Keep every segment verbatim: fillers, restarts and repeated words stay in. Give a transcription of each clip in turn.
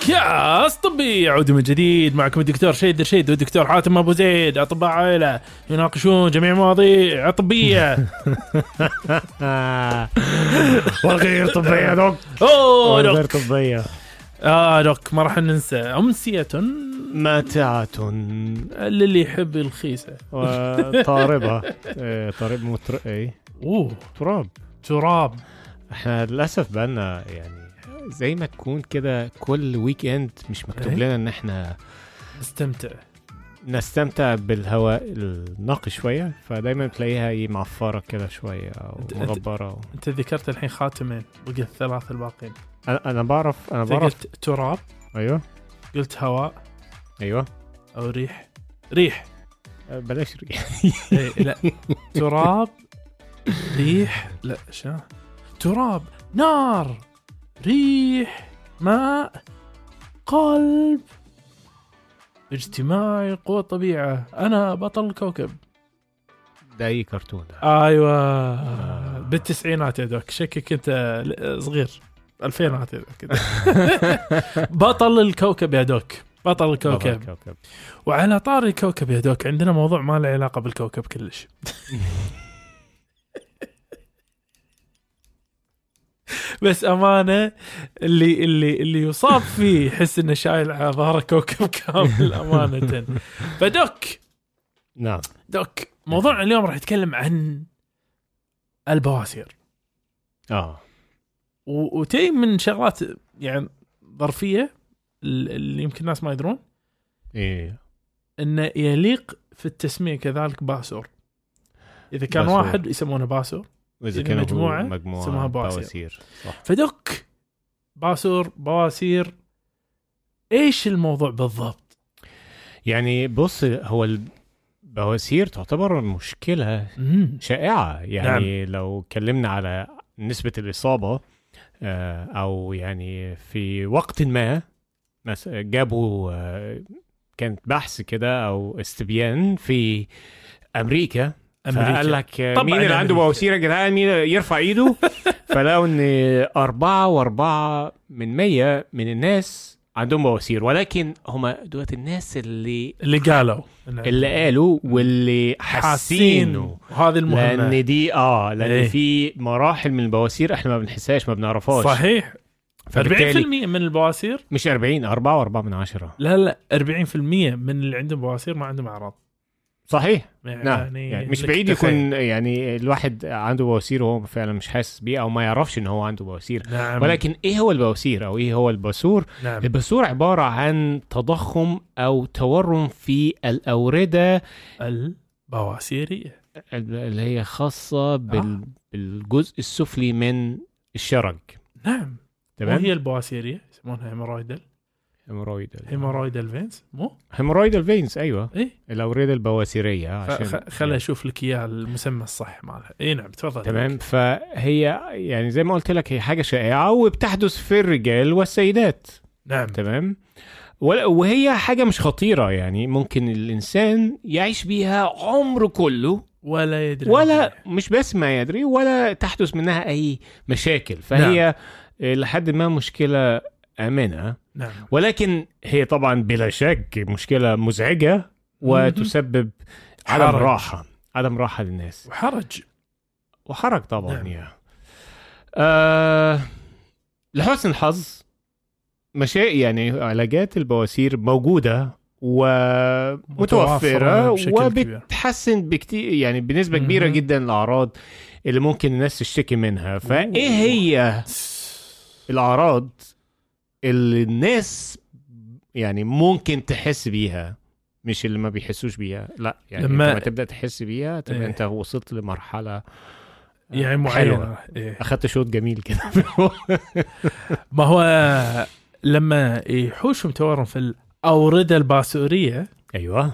بودكاست طبي يعود من جديد. معكم الدكتور شيد رشيد والدكتور حاتم أبو زيد، أطباء عائلة يناقشون جميع مواضيع طبية وغير طبية دوك. أوه وغير دوك. طبية. آه دوك، ما راح ننسى أمسية ماتعة للي يحب الخيسة وطاربة. إيه، طارب مترقي. أوه تراب تراب. احنا للأسف بقالنا يعني زي ما تكون كده كل ويك اند مش مكتوب إيه؟ لنا ان احنا نستمتع نستمتع بالهواء النقي شوية، فدايما تلاقيها ايه معفرة كده شوية او أنت- مغبرة و... أنت ذكرت الحين خاتمين، بقي الثلاث الباقين. انا انا بعرف انا أنت بعرف قلت تراب، ايوه قلت هواء ايوه أو ريح. ريح أه، بلاش ريح. إيه لا تراب ريح، لا شا تراب نار ريح ماء قلب اجتماعي قوة طبيعة. أنا بطل الكوكب. ده اي كرتون ده. أيوة بالتسعينات يا دوك، شكك أنت صغير الفينات يا دوك. بطل الكوكب يا دوك، بطل الكوكب. كوكب. وعلى طاري الكوكب يا دوك، عندنا موضوع ما له علاقة بالكوكب كلش. بس أمانة اللي اللي اللي يصاب فيه يحس إنه شايل على ظهره كوكب كامل أمانة. فدوك نعم دوك موضوعنا اليوم راح يتكلم عن البواسير، اه و- وتي من شغلات يعني ظرفية اللي يمكن الناس ما يدرون ايه إنه يليق في التسمية كذلك باسور. إذا كان باسور. واحد يسمونه باسور، وإذا إذا كانوا مجموعة مجموعة اسمها بواسير. بواسير. صح. فدوك باسور بواسير إيش الموضوع بالضبط؟ يعني بص، هو البواسير تعتبر مشكلة مم. شائعة يعني. نعم. لو اتكلمنا على نسبة الإصابة آه، أو يعني في وقت ما مثلا جابوا آه، كانت بحث كده أو استبيان في أمريكا، فقال لك آه، مين اللي عنده بواسير يا جدعان، مين يرفع إيده. فلقوا إن أربعة وأربعة من مية من الناس عندهم بواسير، ولكن هما دوت الناس اللي اللي قالوا اللي قالوا واللي حاسينه. وهذه المهمة، لأن دي آه لأن إيه؟ في مراحل من البواسير إحنا ما بنحسهاش، ما بنعرفهاش. صحيح. أربعين فبالتالي بالمية من البواسير، مش أربعين، أربعة وأربعة من عشرة. لا لا أربعين بالمية من اللي عندهم بواسير ما عندهم أعراض. صحيح. يعني, نعم. يعني مش بعيد يكون يعني الواحد عنده بواسير وهو فعلا مش حاسس بيه أو ما يعرفش إن هو عنده بواسير. نعم. ولكن إيه هو البواسير أو إيه هو الباسور؟ نعم. الباسور عبارة عن تضخم أو تورم في الأوردة البواسيرية اللي هي خاصة بال... آه. بالجزء السفلي من الشرج. نعم. تمام. وهي البواسيرية يسمونها هيمورويدال هيمورويدال هيمورويدال فينز، مو هيمورويدال فينز. ايوه ايه الاوردة البواسيرية. عشان خ... خل اشوف لك اياها المسمى الصح مالها. اي نعم تفضل. تمام. فهي يعني زي ما قلت لك هي حاجة شائعة وبتحدث في الرجال والسيدات. نعم. تمام. وهي حاجة مش خطيرة يعني، ممكن الإنسان يعيش بيها عمره كله ولا يدري، ولا مش بس ما يدري ولا تحدث منها أي مشاكل. فهي نعم. لحد ما مشكلة آمنة. نعم. ولكن هي طبعا بلا شك مشكلة مزعجة وتسبب عدم راحة عدم راحة للناس وحرج وحرج طبعا. نعم. يعني. آه لحسن الحظ مشا يعني علاجات البواسير موجودة ومتوفرة وبتحسن بكتير يعني بنسبة كبيرة جدا الأعراض اللي ممكن الناس تشتكي منها. فإيه هي الأعراض اللي الناس يعني ممكن تحس بيها، مش اللي ما بيحسوش بيها؟ لا يعني لما ما تبدأ تحس بيها تبقى إيه؟ انت وصلت لمرحلة يعني معينة. إيه؟ أخذت شوط جميل كده. ما هو لما يحوشهم تورم في الأوردة الباسورية. أيوة.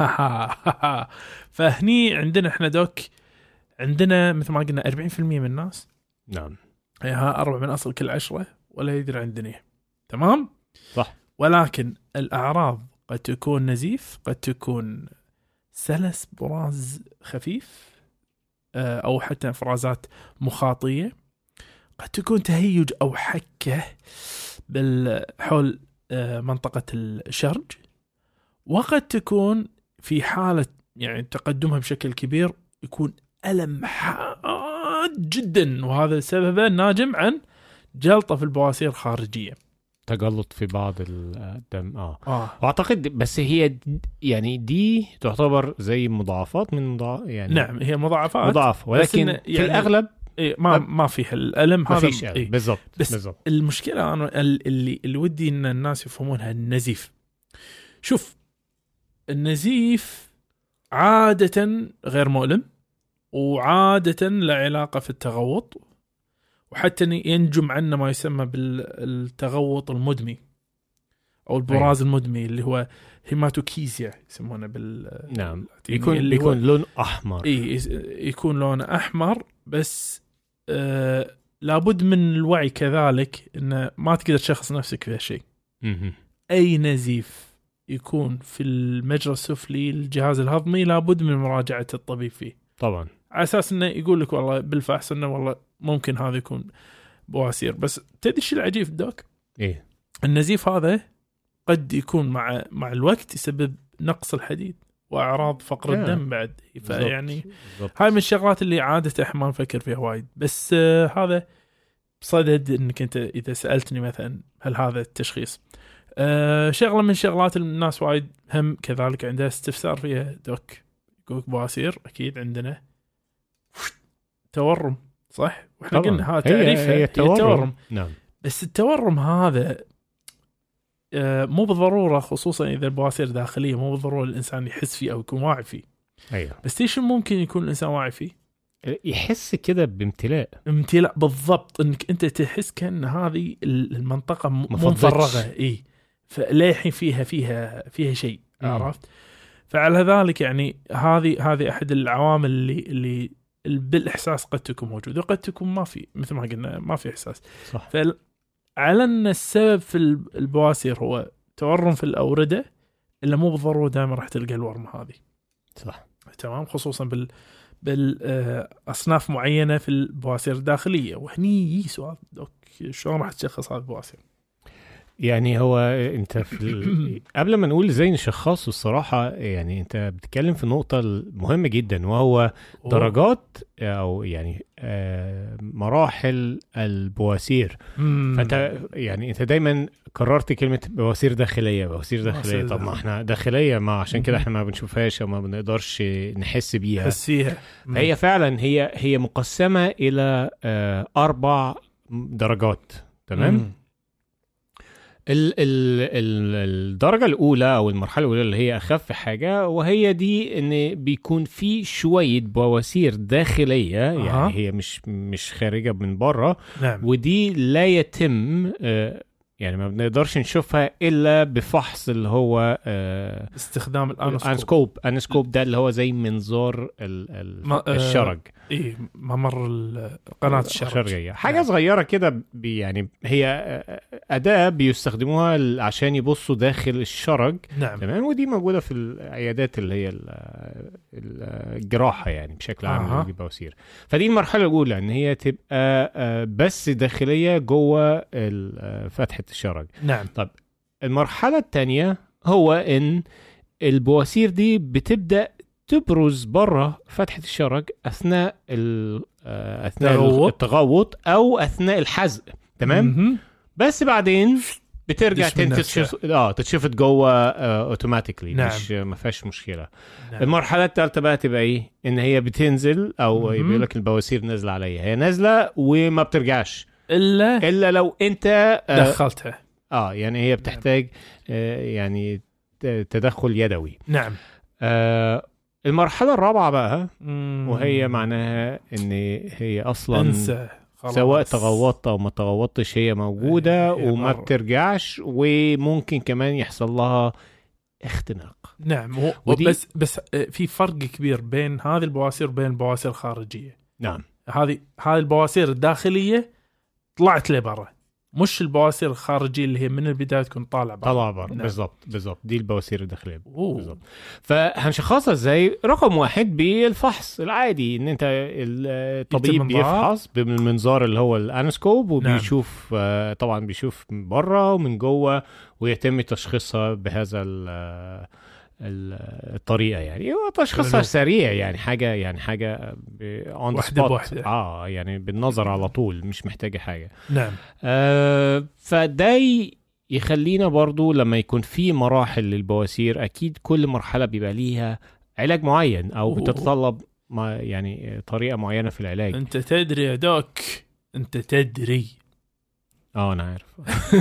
فهني عندنا إحنا دوك، عندنا مثل ما قلنا أربعين بالمية من الناس. نعم. ها أربعة من أصل كل عشرة ولا يدري عندنا. تمام. صح. ولكن الأعراض قد تكون نزيف، قد تكون سلس براز خفيف، أو حتى إفرازات مخاطية، قد تكون تهيج أو حكة بالحول منطقة الشرج، وقد تكون في حالة يعني تقدمها بشكل كبير يكون ألم حاد جدا، وهذا سببه ناجم عن جلطة في البواسير الخارجية، تجلط في بعض الدم. اه, آه. واعتقد بس هي يعني دي تعتبر زي مضاعفات من مضاع... يعني نعم هي مضاعفات مضاعفة، ولكن يعني في الأغلب إيه ما ما فيها الألم ما هذا فيش إيه. بالضبط. بس بالزبط. المشكلة أنا اللي اللي ودي إن الناس يفهمونها النزيف. شوف النزيف عادة غير مؤلم، وعادة لا علاقة في التغوط، وحتى ينجم عنه ما يسمى بالتغوط المدمي أو البراز أيه. المدمي اللي هو هيماتوكيزيا يسمونه بال نعم يكون اللي يكون لون أحمر. إيه يكون لونه أحمر، بس آه لابد من الوعي كذلك إنه ما تقدر تشخص نفسك في هالشيء. أي نزيف يكون في المجرى السفلي الجهاز الهضمي لابد من مراجعة الطبيب فيه طبعا، على أساس إنه يقول لك والله بالفحص إنه والله ممكن هذا يكون بواسير. بس تدري شو العجيب دوك؟ إيه النزيف هذا قد يكون مع مع الوقت يسبب نقص الحديد وأعراض فقر الدم بعد. فيعني هاي من الشغلات اللي عادة إحنا ما نفكر فيها وايد، بس آه هذا بصدد إنك أنت إذا سألتني مثلا هل هذا التشخيص آه شغلة من شغلات الناس وايد هم كذلك عندها استفسار فيها دوك. يقولك بواسير أكيد عندنا تورم صح؟ وإحنا قلنا هذا تعريفها هي, هي التورم. التورم نعم. بس التورم هذا آه مو بالضرورة، خصوصا إذا البواسير داخلية مو بالضرورة الإنسان يحس فيه أو يكون واعي فيه. أيوة. بس إيش ممكن يكون الإنسان واعي فيه؟ يحس كده بامتلاء. امتلاء بالضبط، إنك أنت تحس كأن هذه المنطقة مفرغة إيه، فلاحين فيها فيها فيها شيء. عرفت؟ فعلى ذلك يعني هذه هذه أحد العوامل اللي اللي بالإحساس قد تكون موجودة وقد تكون ما في، مثل ما قلنا ما في إحساس. صح. فعلى أن السبب في البواسير هو تورم في الأوردة، إلا مو بالضرورة دائما راح تلقى الورم هذه. صح. تمام، خصوصا بال بالأصناف معينة في البواسير الداخلية. وهني سؤال دوك، شلون راح تشخص هذا البواسير؟ يعني هو انت في ال... قبل ما نقول ازاي نشخصه الصراحه، يعني انت بتتكلم في نقطه مهمه جدا، وهو درجات او يعني مراحل البواسير. فانت يعني انت دايما قررت كلمه بواسير داخليه بواسير داخليه. طب ما احنا داخليه، ما عشان كده احنا ما بنشوفهاش او ما بنقدرش نحس بيها. حسيها. هي فعلا هي هي مقسمه الى اربع درجات. تمام. مم. ال ال ال الدرجة الأولى أو المرحلة الأولى اللي هي أخف حاجة، وهي دي إن بيكون في شوية بواسير داخلية. أه. يعني هي مش مش خارجة من برا. نعم. ودي لا يتم آه يعني ما بنقدرش نشوفها إلا بفحص اللي هو آه استخدام الأنسكوب. الأنسكوب ده اللي هو زي منظار الشرج. آه إيه ممر قناة الشرج، حاجة نعم. صغيرة كده، يعني هي أداة بيستخدموها عشان يبصوا داخل الشرج. نعم. تمام. ودي موجودة في العيادات اللي هي الجراحة يعني بشكل عام. آه. البواسير. فدي المرحلة الأولى إن هي تبقى بس داخلية جوه فتحة الشرج. نعم. طب المرحلة الثانية هو إن البواسير دي بتبدأ تبرز برا فتحة الشرج أثناء أثناء تغوط. التغوط أو أثناء الحزق. تمام. م-م. بس بعدين بترجع تتشف اه تتشفت جوه اوتوماتيكلي. نعم. مش ما فيهاش مشكله. نعم. المرحله الثالثه بقى تبقى ايه؟ ان هي بتنزل او بيقول لك البواسير نازله عليها، هي نازله وما بترجعش الا الا لو انت آه دخلتها. اه يعني هي بتحتاج آه يعني تدخل يدوي. نعم. آه المرحله الرابعه بقى مم. وهي معناها ان هي اصلا انسى. سواء تغوطت أو ما تغوطتش هي موجودة هي وما مرة. بترجعش، وممكن كمان يحصل لها اختناق. نعم. بس بس في فرق كبير بين هذه البواسير وبين البواسير الخارجية. نعم. هذه هذه البواسير الداخلية طلعت لبرا، مش البواسير الخارجيه اللي هي من البدايه تكون طالعه طالعه بره. نعم. بالضبط بالضبط دي البواسير الداخليه بالضبط. فهنشخصها ازاي؟ رقم واحد بالفحص العادي، ان انت الطبيب بيفحص بالمنظار اللي هو الانسكوب وبيشوف. نعم. طبعا بيشوف من بره ومن جوه ويتم تشخيصها بهذا الطريقه. يعني تشخيصها سريع، يعني حاجه يعني حاجه اون سبوت اه يعني بالنظر على طول، مش محتاجه حاجه. نعم. آه فده يخلينا برضو لما يكون في مراحل للبواسير، اكيد كل مرحله بيبقى ليها علاج معين او بتتطلب ما يعني طريقه معينه في العلاج. انت تدري يا دوك، انت تدري. اه انا عارف.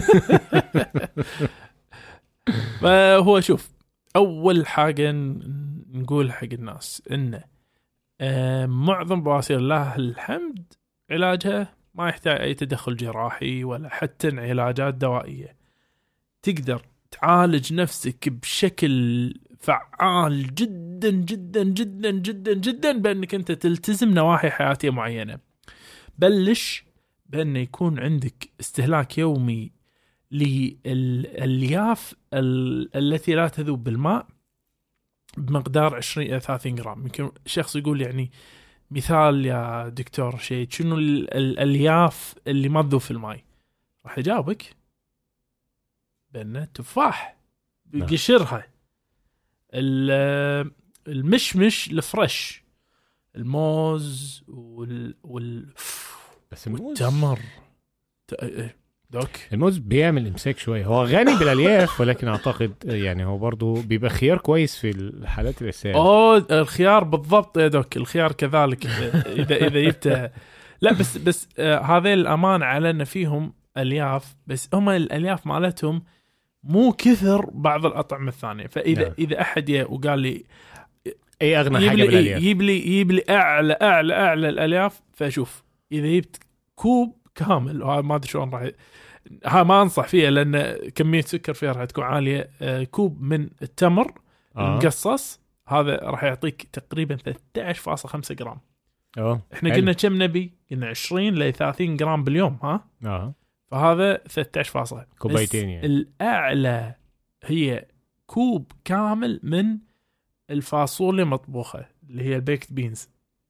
فهو شوف، أول حاجة نقول حق الناس إن آه معظم بواسير الله الحمد علاجها ما يحتاج أي تدخل جراحي ولا حتى علاجات دوائية. تقدر تعالج نفسك بشكل فعال جدا جدا جدا جدا جدا بأنك أنت تلتزم نواحي حياتية معينة. بلش بأن يكون عندك استهلاك يومي للألياف التي لا تذوب بالماء بمقدار عشرين إلى ثلاثين جرام. يمكن شخص يقول يعني مثال يا دكتور شيء شنو الألياف اللي ما تذوب في الماء؟ راح يجاوبك بأنه تفاح بقشرها، المشمش الفريش، الموز وال وال والتمر. دوك الموز بيعمل امساك شويه، هو غني بالالياف ولكن اعتقد يعني هو برضو بيبقى خيار كويس في الحالات الاساسيه. اه الخيار بالضبط يا دوك، الخيار كذلك اذا اذا جبته. لا بس بس آه هذه الامان على ان فيهم الياف، بس هم الالياف مالتهم مو كثر بعض الاطعمه الثانيه. فاذا نعم. اذا احد جاء وقال لي اي اغنى حاجه بالالياف، يجيب لي يجيب لي اعلى اعلى اعلى الالياف، فشوف اذا جبت كوب كامل، وهذا ما ادري شلون راح ها ما انصح فيها لان كميه سكر فيها راح تكون عاليه. كوب من التمر آه. المقصص هذا راح يعطيك تقريبا ثلاثة عشر فاصلة خمسة جرام. اه احنا قلنا كم نبي؟ قلنا عشرين ل ثلاثين جرام باليوم. ها اه فهذا ثلاثة عشر فاصلة كوبايتين يعني. الاعلى هي كوب كامل من الفاصوليا مطبوخه اللي هي البيكت بينز.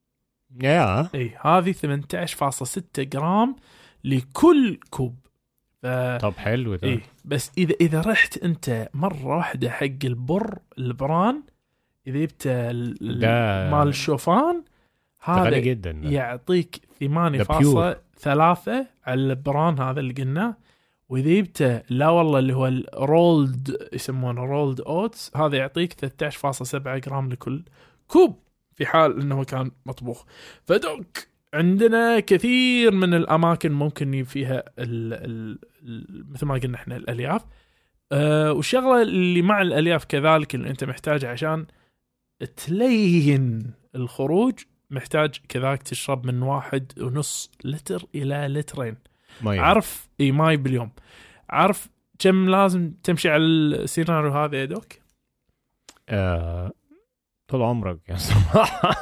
يا اي هذه ثمانية عشر فاصلة ستة جرام لكل كوب. ف... طب حلو ده. إيه بس اذا اذا رحت انت مره واحده حق البر البران، اذا جبت مال الشوفان هذا جدا ده. يعطيك ثمانية فاصلة ثلاثة على البران هذا اللي قلنا. واذا جبت لا والله اللي هو الرولد يسمونه رولد اوتس، هذا يعطيك ثلاثة عشر فاصلة سبعة جرام لكل كوب في حال انه كان مطبوخ. فدوك عندنا كثير من الاماكن ممكن فيها ال ال ال مثل ما قلنا احنا الالياف. أه والشغله اللي مع الالياف كذلك اللي انت محتاج عشان تلين الخروج، محتاج كذلك تشرب من واحد ونص لتر الى لترين ماي. عارف اي ماي باليوم. عارف كم لازم تمشي على السيناريو هذا يا دوك؟ أه طول عمرك يا صراحة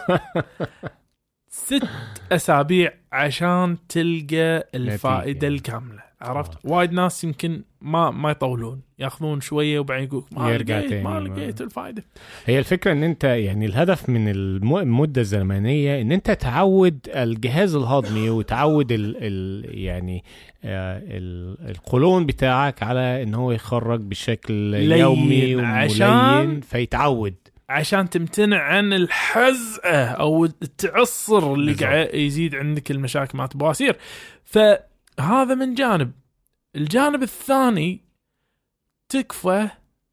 ست أسابيع عشان تلقى الفائدة الكاملة. عرفت؟ آه. وايد ناس يمكن ما ما يطولون، ياخذون شوية وبعدين يقولك ما لقيت ما لقيت الفائدة. هي الفكرة ان انت يعني الهدف من المدة الزمنية ان انت تعود الجهاز الهضمي وتعود ال ال يعني آه القولون بتاعك على ان هو يخرج بشكل يومي وملين، فيتعود عشان تمتنع عن الحزقة أو التعصر اللي قاعد يزيد عندك المشاكل مع البواسير. فهذا من جانب. الجانب الثاني تكفى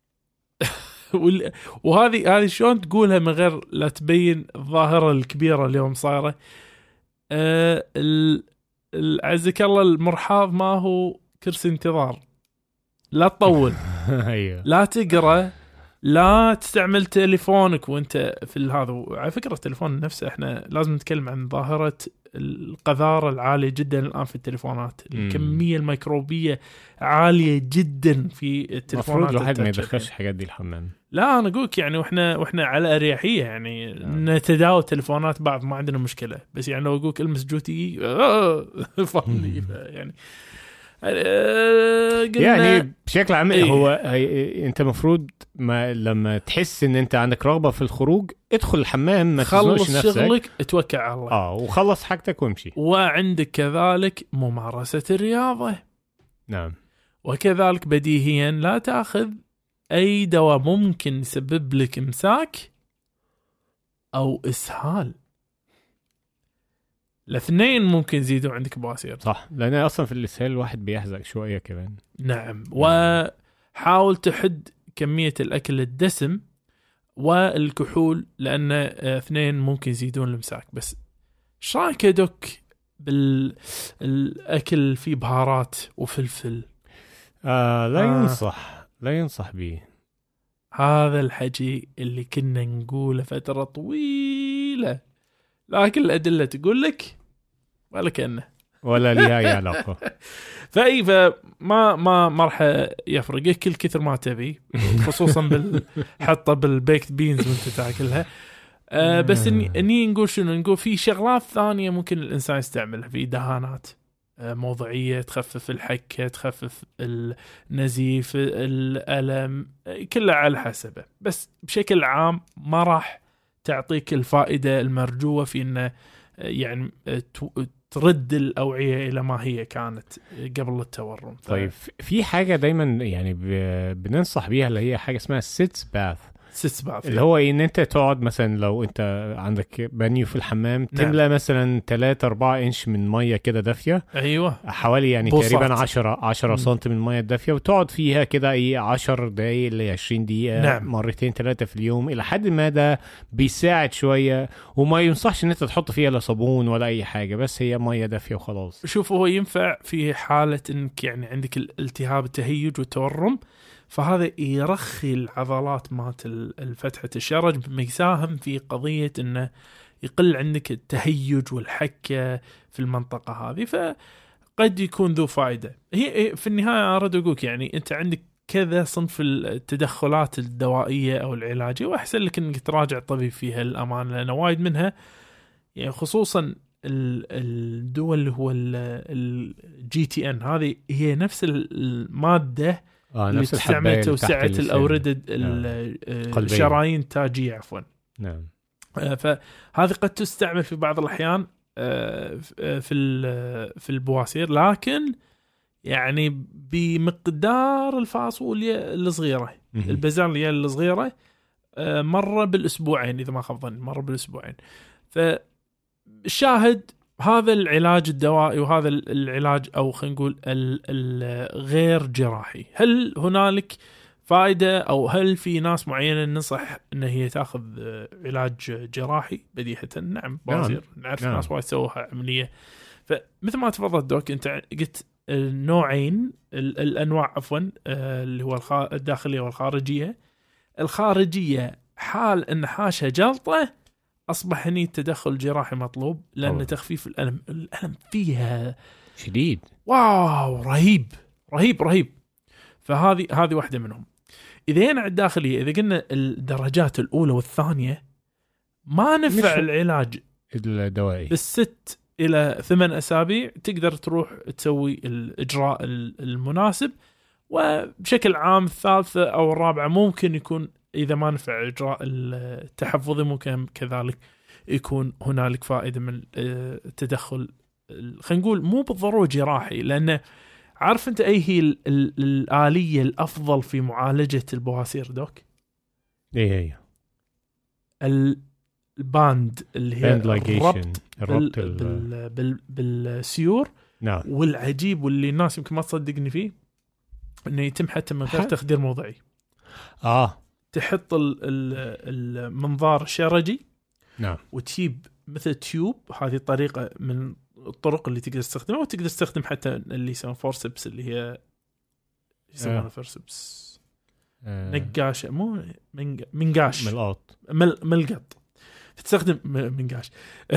وهذه هذه شلون تقولها من غير لا تبين الظاهرة الكبيرة اليوم صايرة. أه عزك الله المرحاض ما هو كرسي انتظار. لا تطول لا تقرأ، لا تستعمل تليفونك وانت في هذا. على فكرة التليفون نفسه احنا لازم نتكلم عن ظاهرة القذارة العالية جدا الآن في التليفونات. الكمية الميكروبية عالية جدا في التليفونات. مفروض الواحد ما يدخلش حاجات دي الحمام. لا أنا أقولك يعني وإحنا وإحنا على أريحية يعني نتداول تليفونات بعض ما عندنا مشكلة، بس يعني لو أقولك المس جوتي فاهمني يعني أه يعني بشكل عام إيه؟ هو انت مفروض ما لما تحس ان انت عندك رغبة في الخروج ادخل الحمام، ما تزنقش نفسك، شغلك اتوكل على الله اه وخلص حاجتك وامشي. وعندك كذلك ممارسة الرياضة. نعم. وكذلك بديهيا لا تأخذ اي دواء ممكن يسبب لك امساك او اسهال، الاثنين ممكن يزيدوا عندك بواسير. صح، لان اصلا في الاسهال الواحد بيحزق شويه كمان. نعم. وحاول تحد كميه الاكل الدسم والكحول، لان اثنين ممكن يزيدون الامساك. بس ايش رايك يا دوك بالاكل فيه بهارات وفلفل؟ آه لا آه. ينصح لا ينصح به. هذا الحكي اللي كنا نقوله فتره طويله، لكن الأدلة تقول لك ولا كأنه ولا لها أي علاقة. فأي فما ما ما راح يفرق كل كثر ما تبي، خصوصا بالحطة بالبيكت بينز وانت تاكلها. أه بس إني, إني نقول شنو نقول في شغلات ثانية ممكن الإنسان يستعملها، في دهانات أه موضعية تخفف الحكة، تخفف النزيف، الألم، كله على حسبه. بس بشكل عام ما راح تعطيك الفائدة المرجوة في إنه يعني ترد الأوعية إلى ما هي كانت قبل التورم. ف... طيب في حاجة دايما يعني بننصح بيها اللي هي حاجة اسمها سيتس باث. سيتس باث اللي هو إن أنت تقعد مثلا لو أنت عندك بانيو في الحمام، تملى نعم. مثلا ثلاثة أربعة إنش من مية كده دافية. أيوة. حوالي يعني بوصات. تقريبا عشرة عشرة سنتي من المية الدافية، وتقعد فيها كده إيه عشر دقايق ل عشرين دقيقة. نعم. مرتين ثلاثة في اليوم إلى حد ما ده بيساعد شوية. وما ينصحش إن أنت تحط فيها لا صابون ولا أي حاجة، بس هي مية دافية وخلاص. شوف هو ينفع في حالة إنك يعني عندك الالتهاب التهيج والتورم، فهذا يرخي العضلات مات الفتحة الشرج، يساهم في قضية إنه يقل عندك التهيج والحكة في المنطقة هذه، فقد يكون ذو فائدة. هي في النهاية أريد أقولك يعني أنت عندك كذا صنف التدخلات الدوائية أو العلاجية، وأحسن لك إنك تراجع طبيب فيها الأمان، لأن وايد منها يعني خصوصا الدول اللي هو الجي تي ان، هذه هي نفس المادة آه اللي تستعمل توسعة الأوردة الشرايين التاجية عفوا. نعم. آه فهذه قد تستعمل في بعض الأحيان آه في في البواسير، لكن يعني بمقدار الفاصوليا الصغيرة، البازاليا الصغيرة، آه مرة بالأسبوعين إذا ما خاب ظني، مرة بالأسبوعين. فالشاهد هذا العلاج الدوائي وهذا العلاج أو خلينا نقول الغير جراحي، هل هنالك فائدة أو هل في ناس معينة ننصح أن هي تأخذ علاج جراحي؟ بديهة نعم بازير، نعرف نعم. ناس وايد سووها عملية. فمثل ما تفضلت دوك أنت قلت النوعين الأنواع عفوا اللي هو الداخلية والخارجية. الخارجية حال أن حاشة جلطة أصبح هني التدخل جراحي مطلوب، لأن أوه. تخفيف الألم الألم فيها شديد، واو رهيب رهيب رهيب. فهذه هذه واحدة منهم. إذا أنا الداخلية، إذا قلنا الدرجات الأولى والثانية ما نفع العلاج الدوائي بالست إلى ثمان أسابيع، تقدر تروح تسوي الإجراء المناسب. وبشكل عام الثالثة أو الرابعة ممكن يكون إذا ما نفع إجراء التحفظي ممكن كذلك يكون هنالك فائدة من التدخل، خلينا نقول مو بالضرورة جراحي، لأن عارف أنت أي هي الآلية الأفضل في معالجة البواسير دوك؟ إيه هي الباند اللي هي الربط, الربط بال بال بال بالسيور. نعم. والعجيب واللي الناس يمكن ما تصدقني فيه إنه يتم حتى من غير تخدير موضعي. آه تحط المنظار الشرجي. نعم. وتجيب مثل تيوب، هذه طريقة من الطرق اللي تقدر تستخدمها، وتقدر تستخدم حتى اللي يسمونه فورسبس اللي هي يسمونه آه. فورسبس آه. نقاش مو منج... منقاش ملقط مل... ملقط فتستخدم منقاش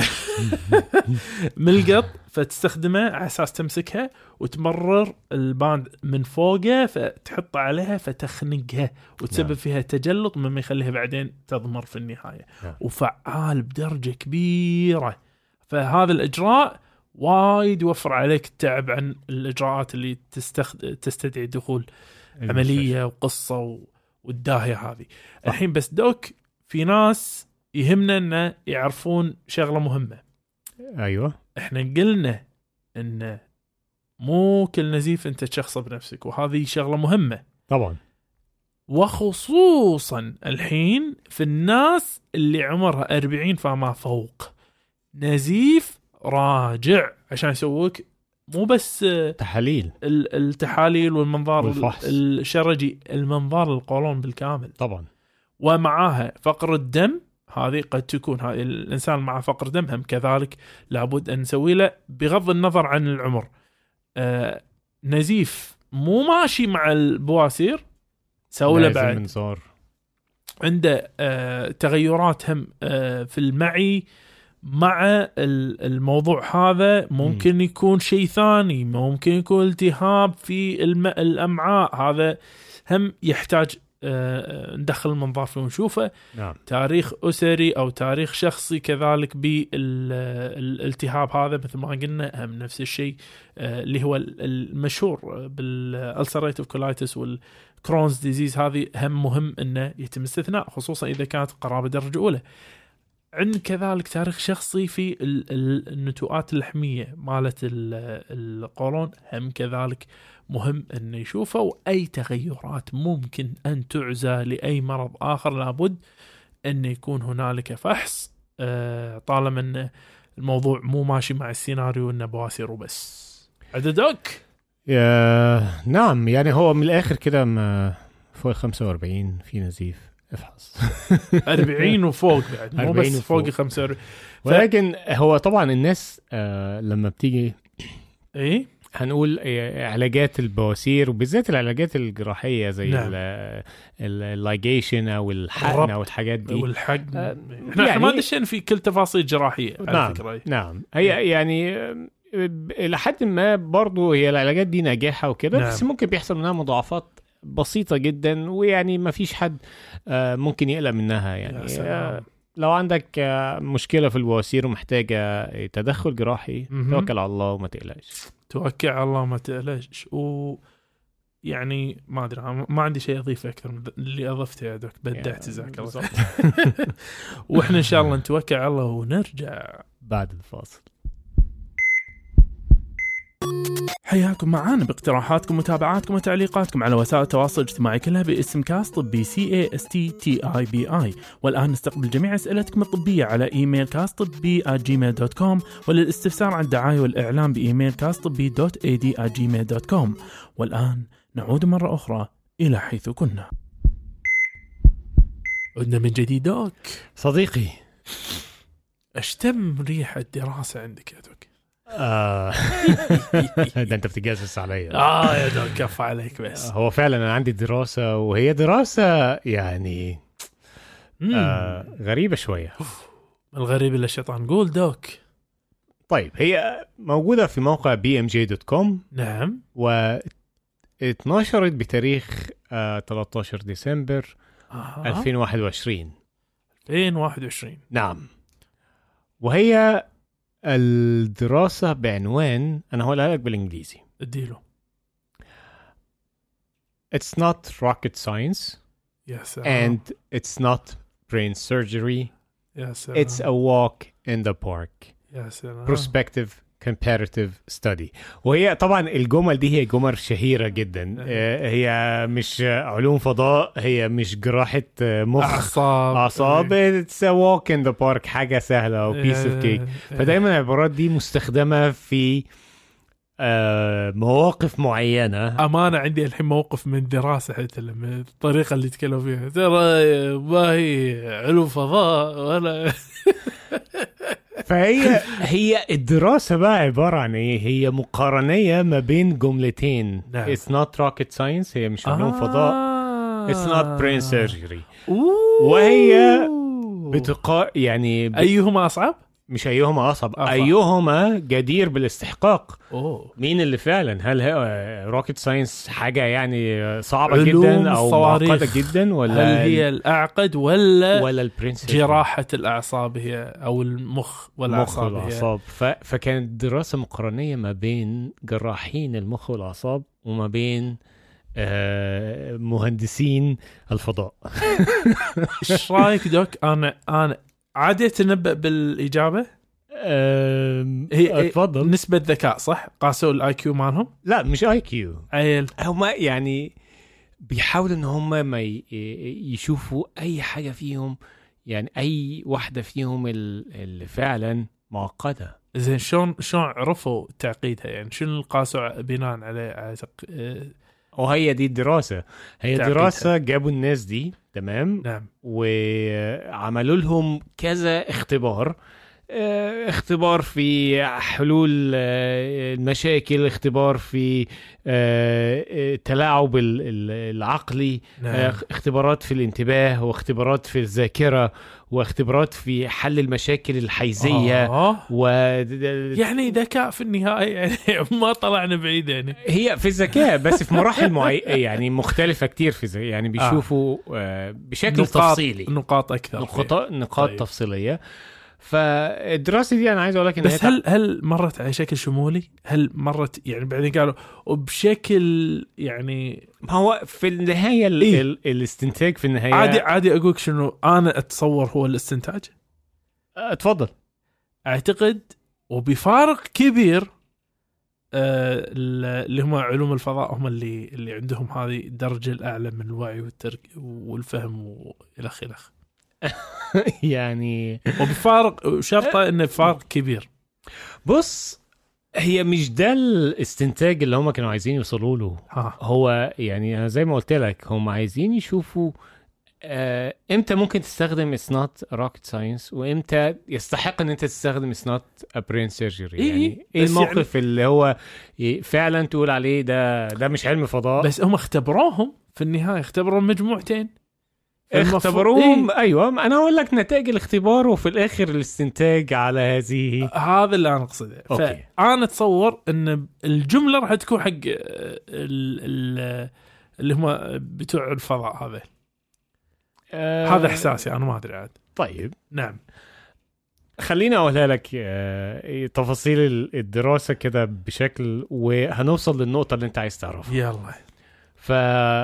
ملقط فتستخدمه على أساس تمسكها وتمرر الباند من فوقه فتحط عليها فتخنقها وتسبب فيها تجلط مما يخليها بعدين تضمر في النهاية. وفعال بدرجة كبيرة. فهذا الإجراء وايد يوفر عليك التعب عن الإجراءات اللي تستخد... تستدعي دخول عملية وقصة و... والداهية هذه. الحين بس دوك في ناس يهمنا أن يعرفون شغلة مهمة. أيوة. إحنا قلنا أن مو كل نزيف أنت تشخصه بنفسك، وهذه شغلة مهمة طبعا، وخصوصا الحين في الناس اللي عمرها أربعين فما فوق. نزيف راجع عشان يسووك مو بس تحاليل، التحاليل والمنظار والفحص الشرجي، المنظار القولون بالكامل طبعا، ومعاها فقر الدم. هذه قد تكون هذه الإنسان مع فقر دم هم كذلك لابد أن نسوي له بغض النظر عن العمر. آه نزيف مو ماشي مع البواسير، سوي له بعد منظار. عنده آه تغيرات هم آه في المعي مع الموضوع هذا. ممكن م. يكون شيء ثاني، ممكن يكون التهاب في الم... الأمعاء. هذا هم يحتاج آه ندخل المنظار فيه ونشوفه. نعم. تاريخ أسري أو تاريخ شخصي كذلك بالالتهاب هذا مثل ما قلنا هم نفس الشيء. آه اللي هو المشهور بالألسريتيف كولايتس والكرونز ديزيز، هذه هم مهم أنه يتم استثناء خصوصا إذا كانت قرابة درجة أولى. عند كذلك تاريخ شخصي في النتوءات اللحمية مالت القولون هم كذلك مهم أن يشوفه. وأي تغيرات ممكن أن تعزى لأي مرض آخر لابد أن يكون هنالك فحص طالما أن الموضوع مو ماشي مع السيناريو أنه بواسير وبس. عددك؟ نعم، يعني هو من الآخر كده فوق خمسة وأربعين في نزيف افحص. أربعين وفوق بعد، مو بس فوق خمسة وأربعين. ف... ولكن هو طبعا الناس آه لما بتيجي ايه هنقول علاجات البواسير وبالذات العلاجات الجراحيه زي نعم. اللايجيشن او الحقن او الحاجات دي والحقن. آه احنا يعني ما دشين في كل تفاصيل جراحيه على نعم فكرة. نعم هي يعني الى حد ما برضو هي العلاجات دي ناجحه وكده نعم. بس ممكن بيحصل منها مضاعفات بسيطة جدا، ويعني ما فيش حد ممكن يقلق منها. يعني لو عندك مشكلة في البواسير ومحتاجة تدخل جراحي توكل على الله وما تقلقش. توكل على الله وما تقلقش. ويعني ما أدري، ما عندي شيء أضيف أكثر من اللي أضفته يا دوك. بدعت جزاك الله. وإحنا إن شاء الله نتوكل على الله ونرجع بعد الفاصل. حياكم معانا باقتراحاتكم ومتابعاتكم وتعليقاتكم على وسائل التواصل الاجتماعي كلها باسم كاست طبي سي اي اس تي تي اي بي اي. والآن نستقبل جميع أسئلتكم الطبية على إيميل كاست طبي آت جيميل دوت كوم، وللاستفسار عن الدعاية والإعلام بإيميل كاست طبي دوت إي دي آت جيميل دوت كوم. والآن نعود مرة أخرى إلى حيث كنا. عدنا من جديد دوك صديقي. اشتم ريحة الدراسة عندك يا دوك. آه. ده انت بتجازس عليا. اه يا دوك كف عليك. بس هو فعلا انا عندي دراسة، وهي دراسة يعني آه غريبة شوية. الغريب اللي الشيطان. قول دوك. طيب هي موجودة في موقع بي ام جي دوت كوم. نعم. واتنشرت بتاريخ آه ثلاثة عشر ديسمبر آه. ألفين وواحد وعشرين. ألفين وواحد وعشرين. نعم. وهي الدراسة بعنوان، أنا هقولها لك بالإنجليزي. اديله. It's not rocket science. Yes. And it's not brain surgery. Yes. It's a walk in the park. Yes. Prospective comparative study. وهي طبعا الجمل دي هي جمل شهيرة جدا. هي مش علوم فضاء، هي مش جراحة مخ أعصاب أعصاب it's a walk in the park، حاجة سهلة و piece of cake. فدايما العبارات دي مستخدمة في مواقف معينة. أمانة عندي الحين موقف من دراسة حتى لما الطريقة اللي تكلموا فيها ترى ما هي علوم فضاء ولا. فهي هي الدراسة بقى عبارة عن ايه؟ هي مقارنية ما بين جملتين. نعم. It's not rocket science، هي مش علوم آه. فضاء. It's not brain surgery. أوه. وهي بتقا يعني ب... أيهما أصعب؟ مش أيهما أصعب، أفا. أيهما جدير بالاستحقاق. أوه. مين اللي فعلا، هل هي روكيت ساينس حاجة يعني صعبة علوم جدا أو الصواريخ. معقدة جدا، ولا هل هي الأعقد ولا ولا البرنسس جراحة الأعصاب هي أو المخ والأعصاب المخ هي؟ والأعصاب. ف... فكانت دراسة مقارنية ما بين جراحين المخ والأعصاب وما بين آه مهندسين الفضاء. إيش رأيك دوك؟ أنا أنا عادي أتنبأ بالإجابة. أه... هي اتفضل. نسبة ذكاء صح؟ قاسوا الآي كيو مالهم؟ لا مش آي كيو، عيل هم يعني بيحاولوا ان هم ما ي... يشوفوا اي حاجة فيهم، يعني اي واحدة فيهم اللي فعلا معقدة. زين شلون شلون عرفوا تعقيدها؟ يعني شنو القاسوا بناء عليه عتق... وهي دي الدراسة، هي تعقيدها. دراسة جابوا الناس دي تمام. نعم. وعملوا لهم كذا اختبار، اختبار في حلول المشاكل، اختبار في التلاعب العقلي، نعم. اختبارات في الانتباه، واختبارات في الذاكرة، واختبارات في حل المشاكل الحيزية. آه. و... يعني ذكاء في النهاية، يعني ما طلعنا بعيد. يعني هي في الذكاء بس في مراحل معي... يعني مختلفة كتير في الذكاء، يعني بيشوفوا آه. بشكل نقاط... تفصيلي نقاط أكثر، نقاط, نقاط طيب. تفصيلية. فالدراسة دي أنا عايز أقول لك إن بس هل هل مرت على شكل شمولي؟ هل مرت يعني بعدين قالوا وبشكل يعني ما هو في النهاية ال... إيه؟ ال... الاستنتاج في النهاية عادي عادي أقولك شنو أنا أتصور هو الاستنتاج. أتفضل. أعتقد وبفارق كبير آه اللي هم علوم الفضاء هم اللي اللي عندهم هذه الدرجة الأعلى من الوعي والترك والفهم والخ الخ يعني وبفارق شرطة إنه فارق كبير. بص هي مش ده الاستنتاج اللي هم كانوا عايزين يوصلوا له. ها. هو يعني زي ما قلت لك هم عايزين يشوفوا آه، امتى ممكن تستخدم it's not rocket science وامتى يستحق ان انت تستخدم it's not a brain surgery. إيه يعني ايه الموقف يعني اللي هو فعلا تقول عليه ده ده مش علم فضاء. بس هم اختبروهم في النهاية، اختبروا مجموعتين اختبروهم. إيه؟ ايوه انا اقول لك نتائج الاختبار وفي الاخر الاستنتاج على هذه. هذا اللي انا اقصده. فانا اتصور ان الجمله راح تكون حق اللي هم بتوع الفضاء. هذا أه هذا احساسي، انا ما ادري عاد. طيب نعم خليني اقولها لك أه تفاصيل الدراسه كده بشكل وهنوصل للنقطه اللي انت عايز تعرفها. يلا. ف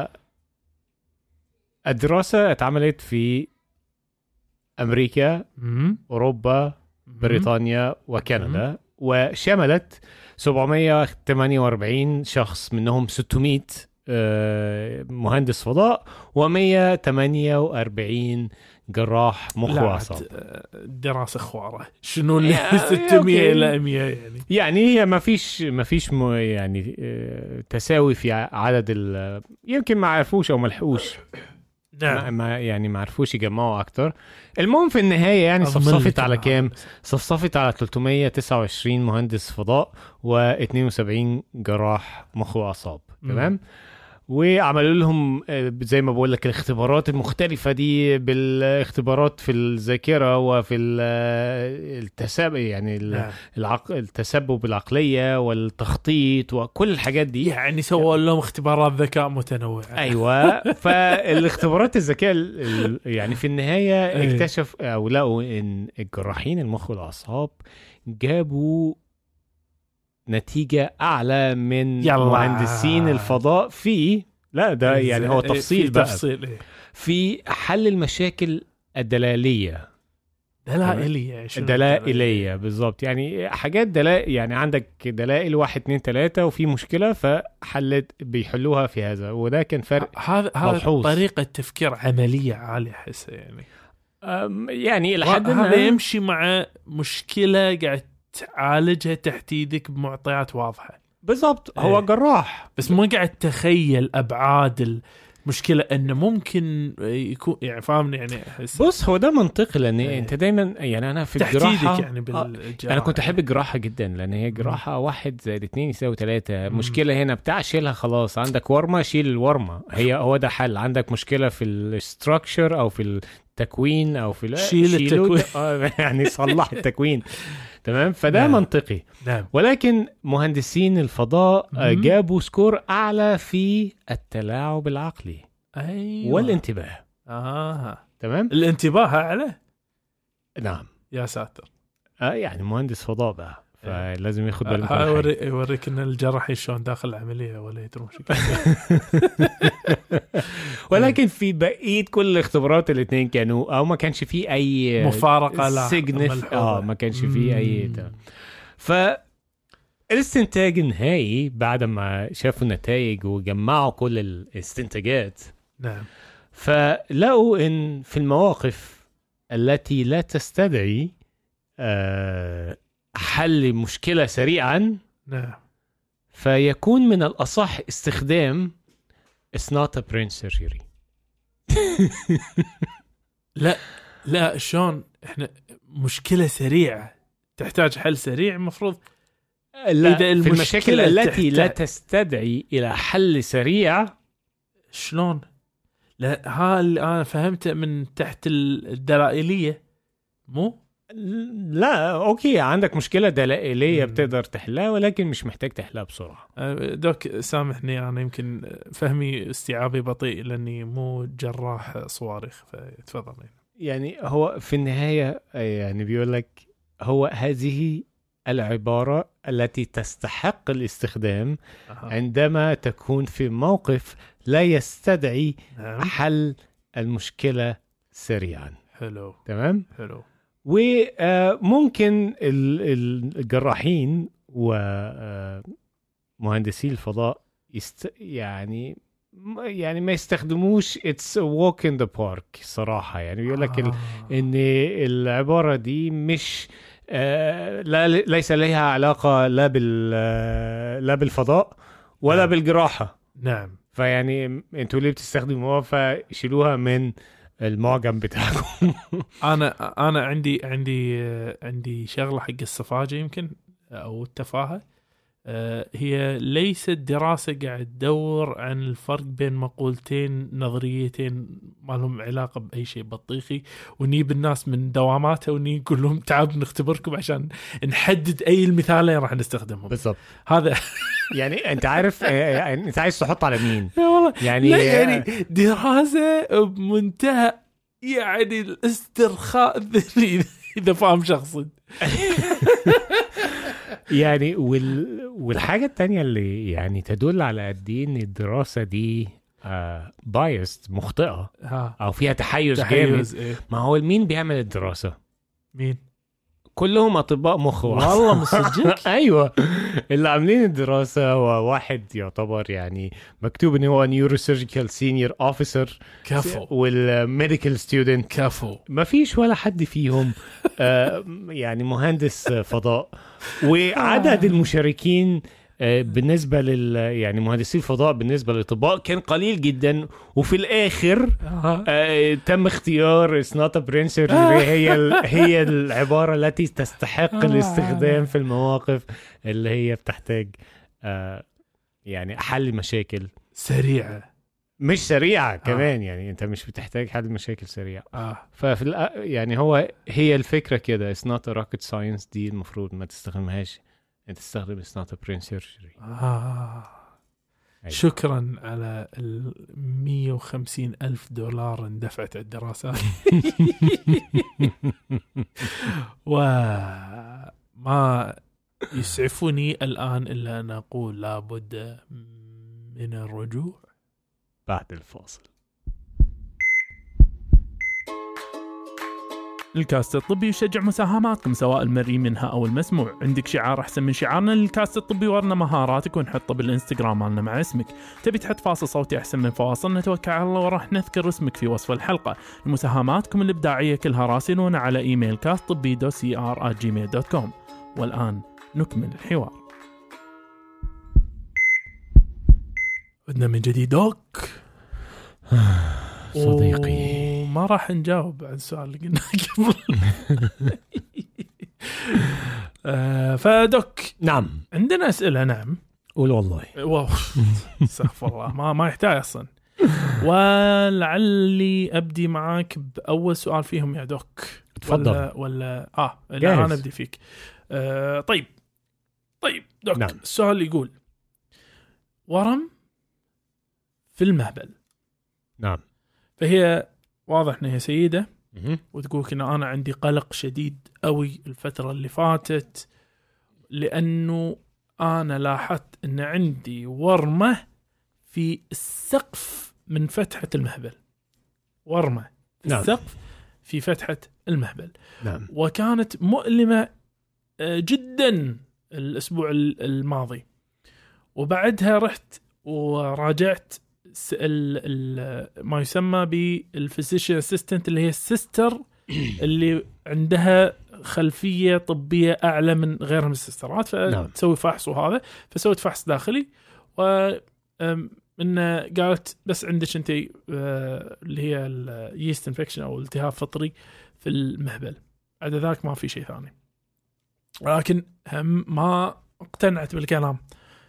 الدراسة اتعملت في أمريكا، مم. أوروبا، بريطانيا وكندا، مم. وشملت سبعمية وثمانية وأربعين شخص، منهم ستمية مهندس فضاء ومية وثمانية وأربعين جراح مخ وأعصاب. دراسة خوارة شنو اللي ستمية إلى مية يعني يعني هي ما فيش ما فيش يعني تساوي في عدد ال يمكن ما عرفوش أو ما لحقوش. نعم. ما يعني ما عرفوش يجمعوا اكتر. المهم في النهايه يعني صفصفت على كام؟ صفصفت على ثلاثمية وتسعة وعشرين مهندس فضاء واثنين وسبعين جراح مخ واعصاب. تمام. وعملوا لهم زي ما بقول لك الاختبارات المختلفة دي، بالاختبارات في الذاكرة وفي التسبب يعني العق... التسبب العقلية والتخطيط وكل الحاجات دي. يعني سووا لهم اختبارات ذكاء متنوعة. أيوة. فالاختبارات الذكاء يعني في النهاية اكتشف أو لقوا إن الجراحين المخ والأعصاب جابوا نتيجة أعلى من يلا. مهندسين الفضاء في لا ده يعني هو تفصيل بقى تفصيل. في حل المشاكل الدلالية. دلائلية دلائلية بالضبط، يعني حاجات دلائل، يعني عندك دلائل واحد اتنين تلاتة وفي مشكلة فحلت بيحلوها في هذا، وده كان فرق. هذا هذا طريقة تفكير عملية عالية حسه يعني يعني لحد هذا يمشي مع مشكلة قاعد تعالجها تحت يدك بمعطيات واضحة. بالضبط. هو جراح بس مو قاعد تخيل أبعاد مشكلة انه ممكن يكون يعني فاهمني يعني أحس بص هو ده منطقي لان ايه. انت دايما يعني انا في الجراحة يعني بالجراحة انا كنت احب الجراحة جدا لان هي جراحة واحد زائد اتنين يساوي تلاتة. مم. مشكلة هنا بتاع شيلها خلاص، عندك ورمة شيل الورمة، هي هو ده حل. عندك مشكلة في الستراكشر او في التكوين او في شيل التكوين يعني صلح التكوين تمام. فده نعم. منطقي. نعم. ولكن مهندسين الفضاء مم. جابوا سكور اعلى في التلاعب العقلي أيوة. والانتباه. آه. تمام. الانتباه أعلى. نعم. يا ساتر. آه يعني مهندس فضاء بقى فلازم ياخد باله. آه يوريك يوريك ان الجراح شلون داخل العمليه ولا يدرون شو. ولكن في بقيه كل الاختبارات الاثنين كانوا او ما كانش فيه اي مفارقه لا سيجنف اه ما كانش فيه اي ده. فالاستنتاج النهائي بعد ما شافوا النتائج وجمعوا كل الاستنتاجات نعم فلقوا ان في المواقف التي لا تستدعي آه حل مشكلة سريعا نعم فيكون من الأصح استخدام it's not a brain surgery. لا لا شلون احنا مشكلة سريعة تحتاج حل سريع مفروض لا إذا في المشاكل التي تحتاج... لا تستدعي إلى حل سريع شلون لا ها اللي أنا فهمته من تحت الدلائلية مو لا اوكي عندك مشكله دلائليه بتقدر تحلها ولكن مش محتاج تحلها بسرعه. دوك سامحني انا يمكن فهمي استيعابي بطيء لاني مو جراح صواريخ فتفضل. يعني هو في النهايه يعني بيقول لك هو هذه العباره التي تستحق الاستخدام أه. عندما تكون في موقف لا يستدعي أه. حل المشكله سريعا. حلو تمام حلو. وممكن الجراحين ومهندسي الفضاء يست يعني يعني ما يستخدموش it's a walk in the park صراحة. يعني بيقول لك آه. إن العبارة دي مش لا ليس لها علاقة لا بال لا بالفضاء ولا نعم. بالجراحة. نعم. فيعني انتوا ليه بتستخدموها فشيلوها من المعجم بتاعكم. انا انا عندي عندي عندي شغله حق السفاجه يمكن او التفاهه. هي ليست دراسه قاعد تدور عن الفرق بين مقولتين نظريتين ما لهم علاقه باي شيء بطيخي ونجيب الناس من دواماتها ونقول لهم تعالوا نختبركم عشان نحدد اي المثالين راح نستخدمهم بالضبط. هذا يعني انت عارف انت عايز تحط على مين والله يعني لا يعني دراسه بمنتهى يعني الاسترخاء الذهني اذا فاهم شخصي. يعني وال... والحاجه التانية اللي يعني تدل على قد ايه ان الدراسه دي آه بايست مخطئه ها. او فيها تحيز, تحيز جامد. إيه؟ ما هو مين بيعمل الدراسه؟ مين؟ كلهم اطباء مخ. والله مصدق. ايوه اللي عاملين الدراسه هو واحد يعتبر يعني مكتوب ان هو نيوروسيرجيكال سينيور اوفيسر كفو والميديكال ستودنت كفو. ما فيش ولا حد فيهم آه يعني مهندس فضاء. وعدد المشاركين آه بالنسبه لل يعني مهندسي الفضاء بالنسبه للاطباء كان قليل جدا. وفي الاخر آه تم اختيار it's not a brain surgery هي هي العباره التي تستحق الاستخدام في المواقف اللي هي بتحتاج آه يعني حل مشاكل سريعه مش سريعه كمان. آه. يعني انت مش بتحتاج حل مشاكل سريعه. اه ففي يعني هو هي الفكره كده it's not a rocket science دي المفروض ما تستخدمهاش. انت تستخدم it's not a brain surgery. آه. شكرا على ال مية وخمسين ألف دولار اندفعت الدراسات. وما يسعفني الآن إلا أن أقول لابد من الرجوع بعد الفاصل. الكاست الطبي يشجع مساهماتكم سواء المرئي منها أو المسموع. عندك شعار أحسن من شعارنا للكاست الطبي ورنا مهاراتك ونحطه بالإنستغرام مالنا مع اسمك. تبي تحط فاصل صوتي أحسن من فواصل نتوكل على الله وراح نذكر اسمك في وصف الحلقة. مساهماتكم الإبداعية كلها راسلونا على إيميل كاست طبي دو سي آر آت جيميل دوت كوم. والآن نكمل الحوار. عدنا من جديد دوك. صديقي وما راح نجاوب عن السؤال اللي قلنا قبل. آه فدوك نعم عندنا أسئلة. نعم قول والله. واو استغفر الله ما ما يحتاج أصلا. ولعلي أبدي معاك بأول سؤال فيهم يا دوك. تفضل. ولا, ولا آه لا أنا أبدي فيك. آه طيب طيب دوك. نعم. السؤال يقول ورم في المهبل. نعم. فهي واضح أنها سيدة وتقول إن أنا عندي قلق شديد قوي الفترة اللي فاتت لأنه أنا لاحظت أن عندي ورمة في السقف من فتحة المهبل. ورمة في نعم. السقف في فتحة المهبل. نعم. وكانت مؤلمة جدا الأسبوع الماضي. وبعدها رحت وراجعت ال ال ما يسمى بالفيزيشن اسيستنت اللي هي السيستر اللي عندها خلفية طبية أعلى من غيرها من السيسترات فتسوي فحص. وهذا فسويت فحص داخلي وإنه قالت بس عندك أنت اللي هي اليست انفكشن أو التهاب فطري في المهبل. بعد ذاك ما في شيء ثاني. ولكن هم ما اقتنعت بالكلام.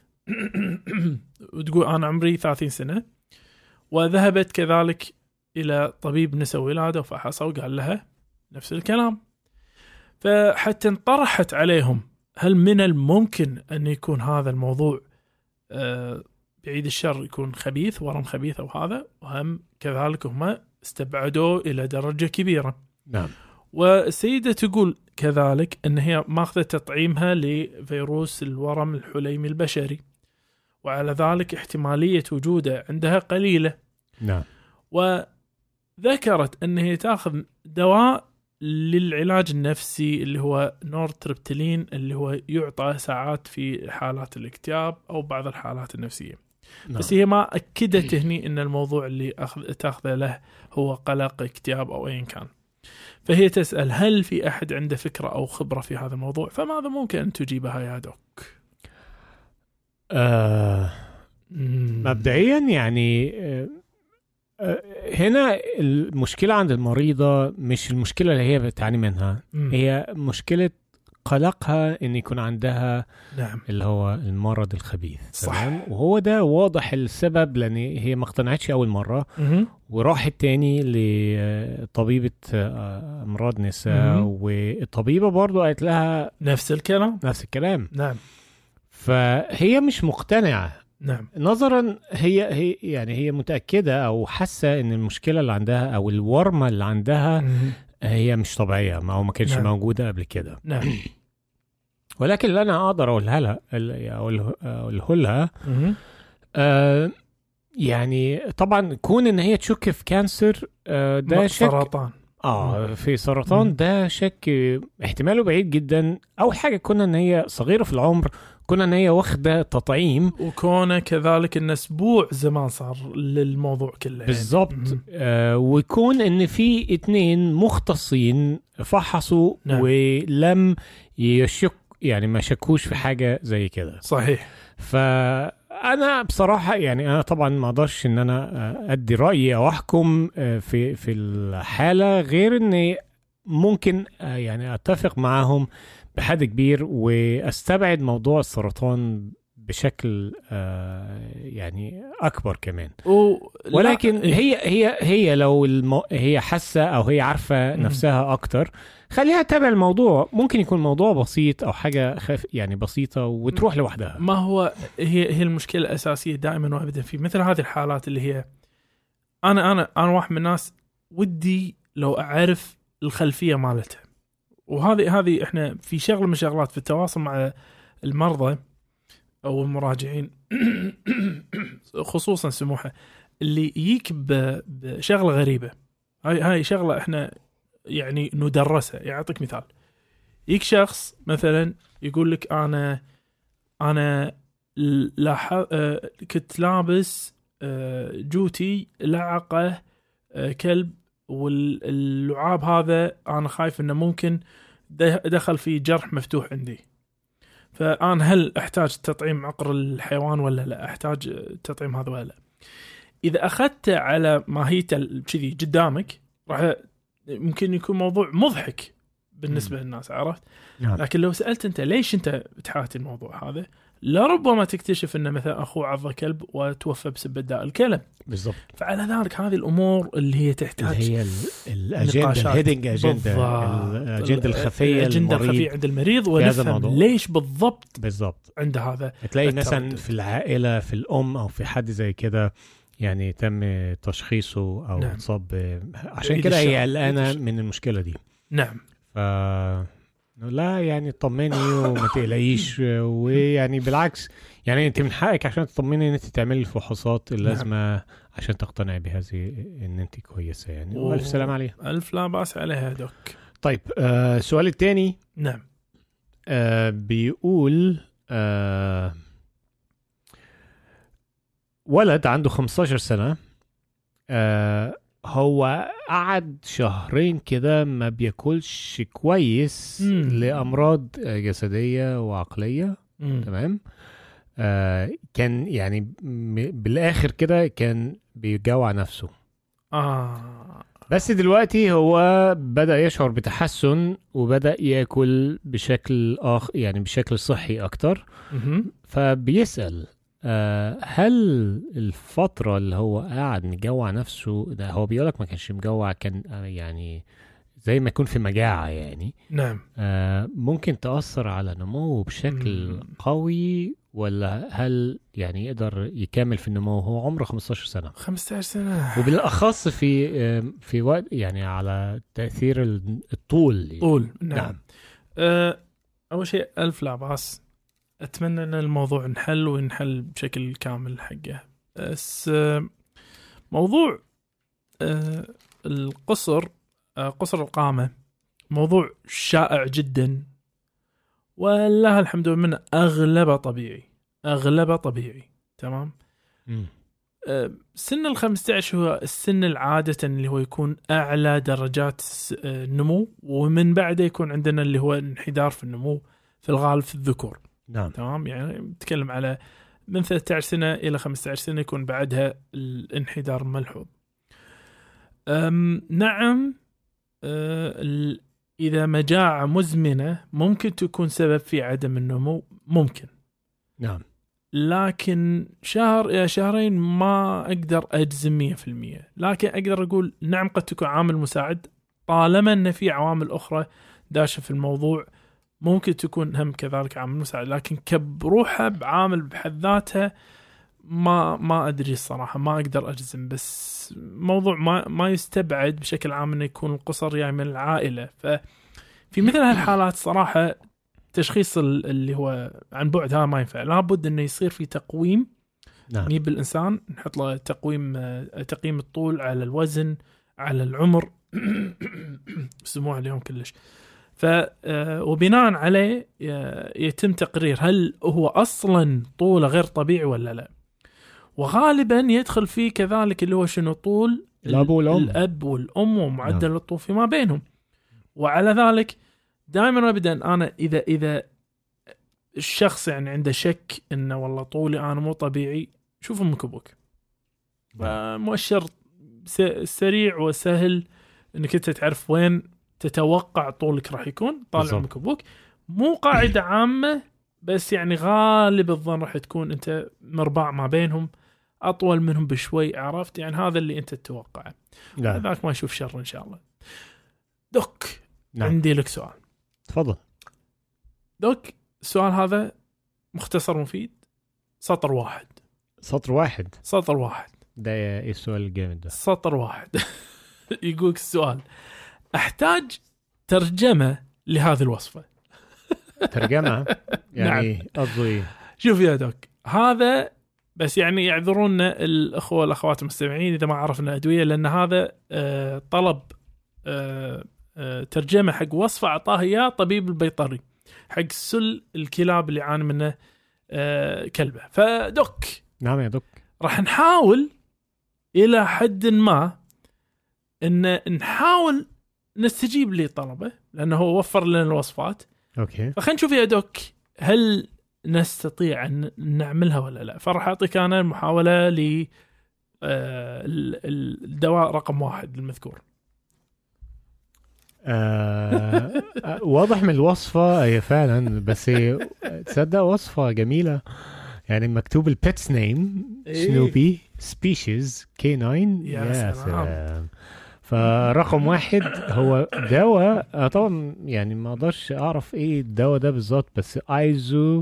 وتقول أنا عمري ثلاثين سنة وذهبت كذلك إلى طبيب نساء ولادة وفحصه وقال لها نفس الكلام. فحتى انطرحت عليهم هل من الممكن أن يكون هذا الموضوع آه بعيد الشر يكون خبيث ورم خبيث أو هذا. وهم كذلك هم استبعدوا إلى درجة كبيرة. نعم. والسيدة تقول كذلك أن هي ماخذة تطعيمها لفيروس الورم الحليمي البشري وعلى ذلك احتمالية وجوده عندها قليلة. نعم. وذكرت أن هي تأخذ دواء للعلاج النفسي اللي هو نورتربتلين اللي هو يعطى ساعات في حالات الاكتئاب أو بعض الحالات النفسية. نعم. بس هي ما أكدت هني أن الموضوع اللي أخذ تأخذه له هو قلق اكتئاب أو أين كان. فهي تسأل هل في أحد عنده فكرة أو خبرة في هذا الموضوع؟ فماذا ممكن أن تجيبها يا دوك؟ آه مبدئيا يعني آه آه هنا المشكلة عند المريضة مش المشكلة اللي هي بتعاني منها. مم. هي مشكلة قلقها ان يكون عندها نعم. اللي هو المرض الخبيث. صح. وهو ده واضح السبب لان هي ما اقتنعتش اول مرة. مم. وراحت تاني لطبيبة امراض نساء والطبيبة برضو قالت لها نفس الكلام نفس الكلام. نعم. فهي مش مقتنعة. نعم. نظرا هي هي يعني هي متأكدة او حاسة ان المشكلة اللي عندها او الورمة اللي عندها مم. هي مش طبيعية او ما كانش نعم. موجودة قبل كده. نعم. ولكن اللي انا اقدر اقولها لها اقوله لها آه يعني طبعا كون ان هي تشك في كانسر آه ده شك سرطان اه في سرطان مم. ده شك احتماله بعيد جدا. اول حاجة كنا ان هي صغيرة في العمر كنا ان هي واخده تطعيم وكونه كذلك ان اسبوع زمان صار للموضوع كله بالضبط. آه ويكون ان في اتنين مختصين فحصوا نعم. ولم يشك يعني ما شكوش في حاجه زي كده. صحيح. فانا بصراحه يعني انا طبعا ما اقدرش ان انا ادي رايي او احكم في في الحاله غير اني ممكن يعني اتفق معاهم بحد كبير واستبعد موضوع السرطان بشكل آه يعني اكبر كمان. ولكن هي هي هي لو المو هي حاسه او هي عارفه نفسها اكتر خليها تتابع الموضوع. ممكن يكون موضوع بسيط او حاجه خف يعني بسيطه وتروح لوحدها. ما هو هي هي المشكله الاساسيه دائما وابدا في مثل هذه الحالات اللي هي انا انا انا واحد من الناس ودي لو اعرف الخلفيه مالتها. وهذه هذه احنا في شغله من شغلات في التواصل مع المرضى او المراجعين خصوصا سموحه اللي يجيك بشغله غريبه. هاي هاي شغله احنا يعني ندرسها. يعطيك مثال يجيك شخص مثلا يقول لك انا انا لاح... كنت لابس جوتي لعقه كلب واللعاب هذا أنا خايف إنه ممكن دخل في جرح مفتوح عندي. فأنا هل أحتاج تطعيم عقر الحيوان ولا لا؟ أحتاج تطعيم هذا ولا لا؟ اذا اخذت على ماهيته كذي قدامك راح ممكن يكون موضوع مضحك بالنسبه م. للناس، عرفت؟ نعم. لكن لو سالت انت ليش انت بتحاتي الموضوع هذا، لربما تكتشف ان مثلا اخوه عض كلب وتوفى بسبب داء الكلب. بالضبط. فعلى ذلك هذه الامور اللي هي تحتاج اللي هي الاجنده الهيدنج اجنده الاجنده الخفيه الاجنده الخفيه عند المريض، ونفهم ليش بالضبط بالضبط عند هذا. تلاقي مثلا في العائله في الام او في حد زي كده يعني تم تشخيصه او نعم. صاب عشان كده هي قلقانه من المشكله دي. نعم. ف لا يعني طمني وما تقلقيش، ويعني بالعكس يعني انت من حقك عشان تطمني ان انت تعملي الفحوصات اللازمه نعم. عشان تقتنعي بهذه ان انت كويسه يعني. والف سلام عليها. الف لا باس عليها دوك. طيب آه السؤال الثاني نعم آه بيقول آه ولد عنده خمستاشر سنه آه هو قعد شهرين كده ما بياكلش كويس مم. لأمراض جسدية وعقلية. مم. تمام. آه كان يعني بالآخر كده كان بيجوع نفسه. آه. بس دلوقتي هو بدأ يشعر بتحسن وبدأ يأكل بشكل آخر يعني بشكل صحي أكتر. مم. فبيسأل أه هل الفترة اللي هو قاعد مجوع نفسه ده، هو بيقولك ما كانش مجوع، كان يعني زي ما يكون في مجاعة يعني. نعم. أه ممكن تأثر على نموه بشكل مم. قوي، ولا هل يعني يقدر يكمل في النمو؟ هو عمره خمستاشر سنة. خمستاشر سنة وبالأخص في في وقت يعني على تأثير الطول. طول. نعم, نعم. أه أول شيء ألف لا بأس، أتمنى أن الموضوع نحل ونحل بشكل كامل حقه. بس موضوع القصر قصر القامة موضوع شائع جدا، والله الحمد لله من أغلبه طبيعي أغلبه طبيعي. تمام. م. سن الخمسة عشر هو السن العادة اللي هو يكون أعلى درجات النمو، ومن بعده يكون عندنا اللي هو انحدار في النمو في الغالب في الذكور. نعم. تمام. يعني نتكلم على من ثلاثة عشر سنة إلى خمسة عشر سنة يكون بعدها الانحدار ملحوظ. نعم. أه إذا مجاعة مزمنة ممكن تكون سبب في عدم النمو، ممكن. نعم. لكن شهر إلى شهرين ما أقدر أجزم مية في المية، لكن أقدر أقول نعم قد تكون عامل مساعد طالما أن في عوامل أخرى داشة في الموضوع ممكن تكون هم كذلك عامل مساعد. لكن كبروحها بعامل بحد ذاتها ما ما أدري الصراحة، ما أقدر أجزم. بس موضوع ما ما يستبعد بشكل عام إنه يكون القصر يعني من العائلة. ففي مثل هالحالات صراحة تشخيص اللي هو عن بعد هذا ما ينفع، لابد إنه يصير في تقويم. نعم. نجيب الإنسان نحط له تقويم تقييم الطول على الوزن على العمر سموع اليوم كلش. ف وبناء عليه يتم تقرير هل هو أصلا طوله غير طبيعي ولا لا. وغالبا يدخل فيه كذلك اللي هو شنو طول الأب والأم, الأب والأم ومعدل الطول فيما بينهم. وعلى ذلك دائما أبدا أنا إذا إذا الشخص يعني عنده شك إنه والله طولي أنا مو طبيعي، شوف أمك أبوك. مؤشر سريع وسهل إنك أنت تعرف وين تتوقع طولك راح يكون. طالع أمك أبوك، مو قاعدة عامة بس يعني غالب الظن راح تكون أنت مربع ما بينهم، أطول منهم بشوي، عرفت يعني هذا اللي أنت تتوقعه. هذاك ما يشوف شر إن شاء الله. دوك. نعم. عندي لك سؤال. تفضل دوك. السؤال هذا مختصر مفيد، سطر واحد. سطر واحد سطر واحد ده ايه السؤال الجامد ده؟ سطر واحد. يقولك السؤال: احتاج ترجمة لهذه الوصفة. ترجمة يعني قصده ايه؟ شوف يا دوك، هذا بس يعني يعذرونا الأخوة والأخوات المستمعين إذا ما عرفنا أدوية، لأن هذا آه طلب آه آه ترجمة حق وصفة أعطاه إياه طبيب البيطري حق سل الكلاب اللي يعاني منه آه كلبه. فدوك. نعم يا دوك. راح نحاول إلى حد ما إن نحاول نستجيب لطلبه لأنه هو وفر لنا الوصفات. أوكي. فخلينا نشوف يا دوك هل نستطيع أن نعملها ولا لا. فراح أعطيك أنا المحاولة آه الدواء رقم واحد المذكور؟ آه واضح من الوصفة هي فعلا، بس تصدق وصفة جميلة يعني. مكتوب البيتس نيم سنوبي سبيشيز كي ناين. يا سلام. فرقم واحد هو دواء طبعا يعني ما اقدرش اعرف ايه الدواء ده بالظبط، بس ايزو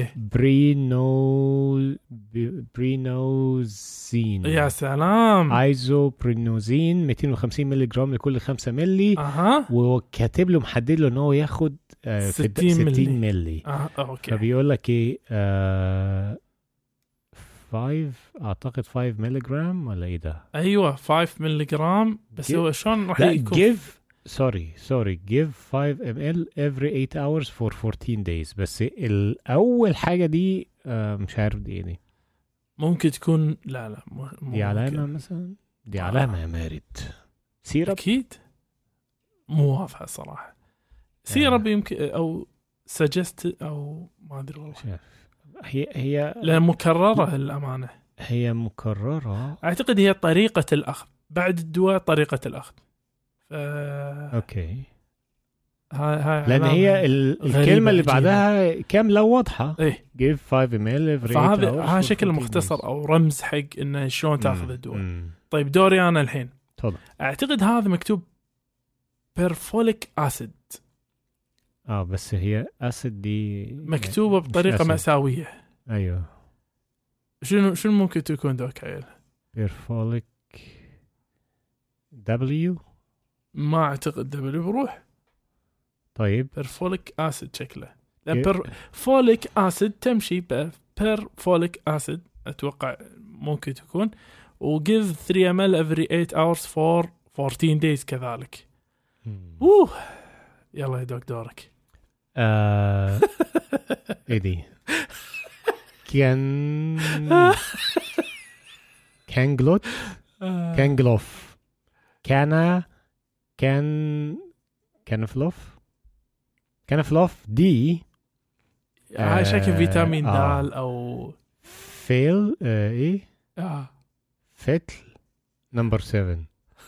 برينو برينوزين. يا سلام. ايزو برينوزين مئتين وخمسين مللي جرام لكل خمسة مللي. اها. وكاتب له محدد له ان هو ياخد آه ستين مللي. اه اوكي. فبيقول لك ايه آه خمسة اعتقد خمسة مللي جرام ولا ايه ده؟ ايوه خمسة مللي جرام. بس هو شلون راح يكون؟ give sorry sorry give five milliliters every eight hours for fourteen days. بس الاول حاجه دي آه مش عارف دي ايه دي. ممكن تكون لا لا مو دي علامه مثلا. دي آه. علامه يا مارد. سيرب اكيد مو واضحه صراحه. سيرب آه. يمكن او سجست او ما ادري والله. هي هي لا مكررة الأمانة. هي مكررة أعتقد هي طريقة الأخذ بعد الدواء، طريقة الأخذ. ف... أوكي. هاي هاي لأن هي الكلمة اللي بعدها كاملة واضحة. إيه. give five milliliters. فهذا ها شكل مختصر أو رمز حق إنه شلون تأخذ الدواء. مم. طيب دوري أنا الحين. طبعا. أعتقد هذا مكتوب بيرفوليك أسيد. اه بس هي اسيد دي مكتوبه بطريقه مأساويه. ايوه. شنو شنو ممكن تكون ذاك عيل؟ بيرفوليك دبليو. ما اعتقد دبليو بروح. طيب بيرفوليك اسيد شكله. لا بيرفوليك اسيد تمشي. بيرفوليك اسيد اتوقع ممكن تكون. وgive three milliliters every eight hours for fourteen days كذلك. اوه يلا يا دوك دورك. آه... ايه دي؟ كان كان جلوت كان جلوف كان كان كان فلوف كان فلوف دي. هاي شكل فيتامين آه. دال او فيل آه ايه اه فتل نمبر سبعة.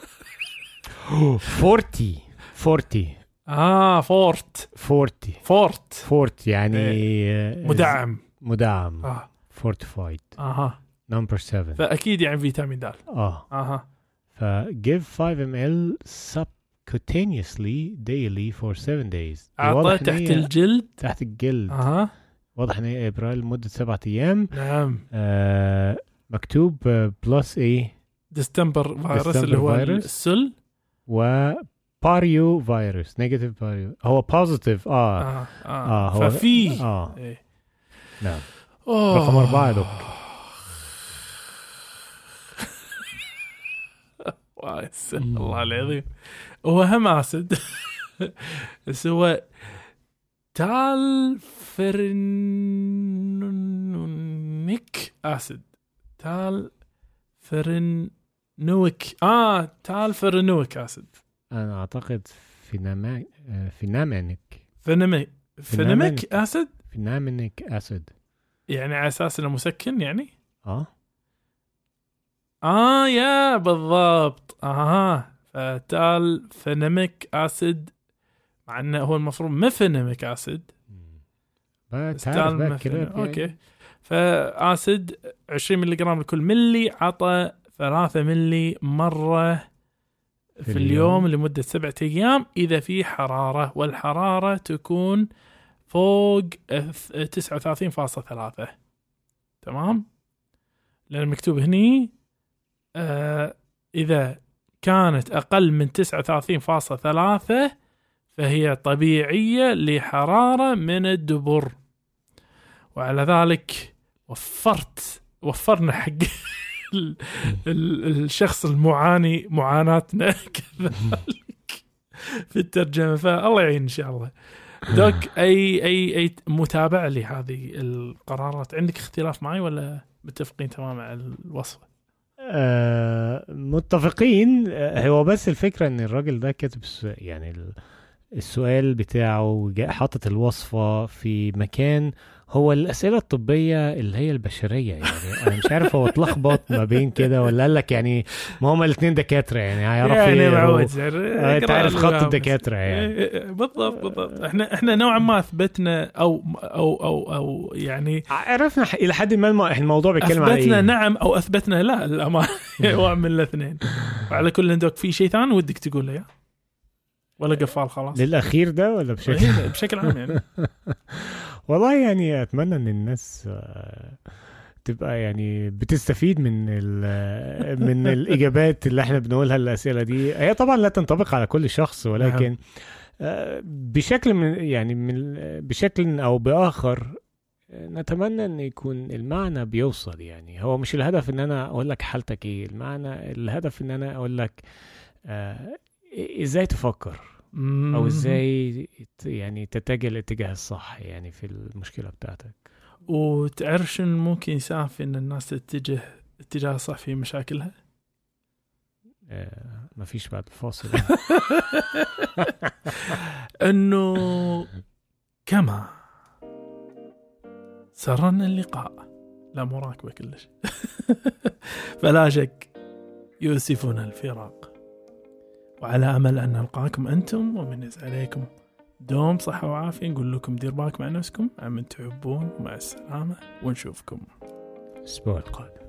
فورتي فورتي اه فورت فورتي فورت فورت يعني إيه. مدعم مدعم اه فورتيفايد. اها نمبر سبعة. فاكيد يعني فيتامين د. اه اها. ف give five milliliters subcutaneously daily for seven days. اعطى تحت الجلد. تحت الجلد. اها. واضح ان هي ابرال لمده سبعة ايام. نعم. آه مكتوب بلس ايه ديستمبر فيروس اللي هو السل و باريو فيروس نيجاتيف باريو. هو بوزيتيف اه اه, آه. آه. هو ففي اه إيه. نعم. رقم أربعة دوك. الله العظيم. هو هم اسد بس هو تالفرنويك اسد. تالفرنويك اه تالفرنويك اسد. انا اعتقد فيناميك فيناميك فيناميك فيناميك اسد. فيناميك اسد يعني على اساس انه مسكن يعني. اه اه يا بالضبط. اها. فتال فيناميك اسيد مع انه هو المفروض ميفيناميك اسيد. بس يعني. اوكي. فاسيد عشرين ملي جرام لكل ملي. عطى ثلاثة ملي مرة في, في اليوم, اليوم لمدة سبعة ايام اذا في حرارة، والحرارة تكون فوق تسعة وثلاثين فاصلة ثلاثة. تمام. لأن مكتوب هني آه إذا كانت أقل من تسعة وثلاثين فاصلة ثلاثة فهي طبيعية لحرارة من الدبر. وعلى ذلك وفرت وفرنا حق ال ال الشخص المعاني معاناتنا كذلك في الترجمة. فالله يعين إن شاء الله. دوك أي أي أي متابعة لهذه القرارات؟ عندك اختلاف معي ولا متفقين تماما على الوصفة؟ آه متفقين. هو بس الفكرة ان الراجل ده كاتب يعني السؤال بتاعه جاء حاطط الوصفة في مكان هو الأسئلة الطبية اللي هي البشرية. يعني أنا مش عارف هو اتلخبط ما بين كده ولا قال لك يعني ما هما الاثنين دكاترة يعني هيعرف يعني معود تعرف خط الدكاترة يعني. بالضبط بالضبط. احنا احنا نوعا ما اثبتنا او او او او يعني عرفنا الى حد ما الموضوع بيتكلم على ايه. اثبتنا نعم او اثبتنا لا الأمان. واعمل الاثنين. وعلى كل عندك في شيء ثاني ودك تقول لي ولا قفال خلاص للأخير ده ولا بشكل بشكل عام يعني؟ والله يعني أتمنى أن الناس تبقى يعني بتستفيد من من الإجابات اللي احنا بنقولها للأسئلة دي. هي طبعا لا تنطبق على كل شخص ولكن بشكل من يعني من بشكل أو بآخر نتمنى أن يكون المعنى بيوصل. يعني هو مش الهدف أن أنا أقول لك حالتك إيه، المعنى الهدف أن أنا أقول لك ازاي تفكر او ازاي يعني تتجه الاتجاه الصح يعني في المشكلة بتاعتك، وتعرف شنو ممكن يساعد في ان الناس تتجه اتجاه صح في مشاكلها. آه ما فيش بعد الفاصل. انه كما سرنا اللقاء لا مراكبة كلش. فلا شك يؤسفنا الفراق، وعلى أمل أن نلقاكم أنتم ومن عليكم دوم صحة وعافية. نقول لكم دير بالك مع نفسكم، عمن تحبون، ومع السلامة، ونشوفكم الأسبوع القادم.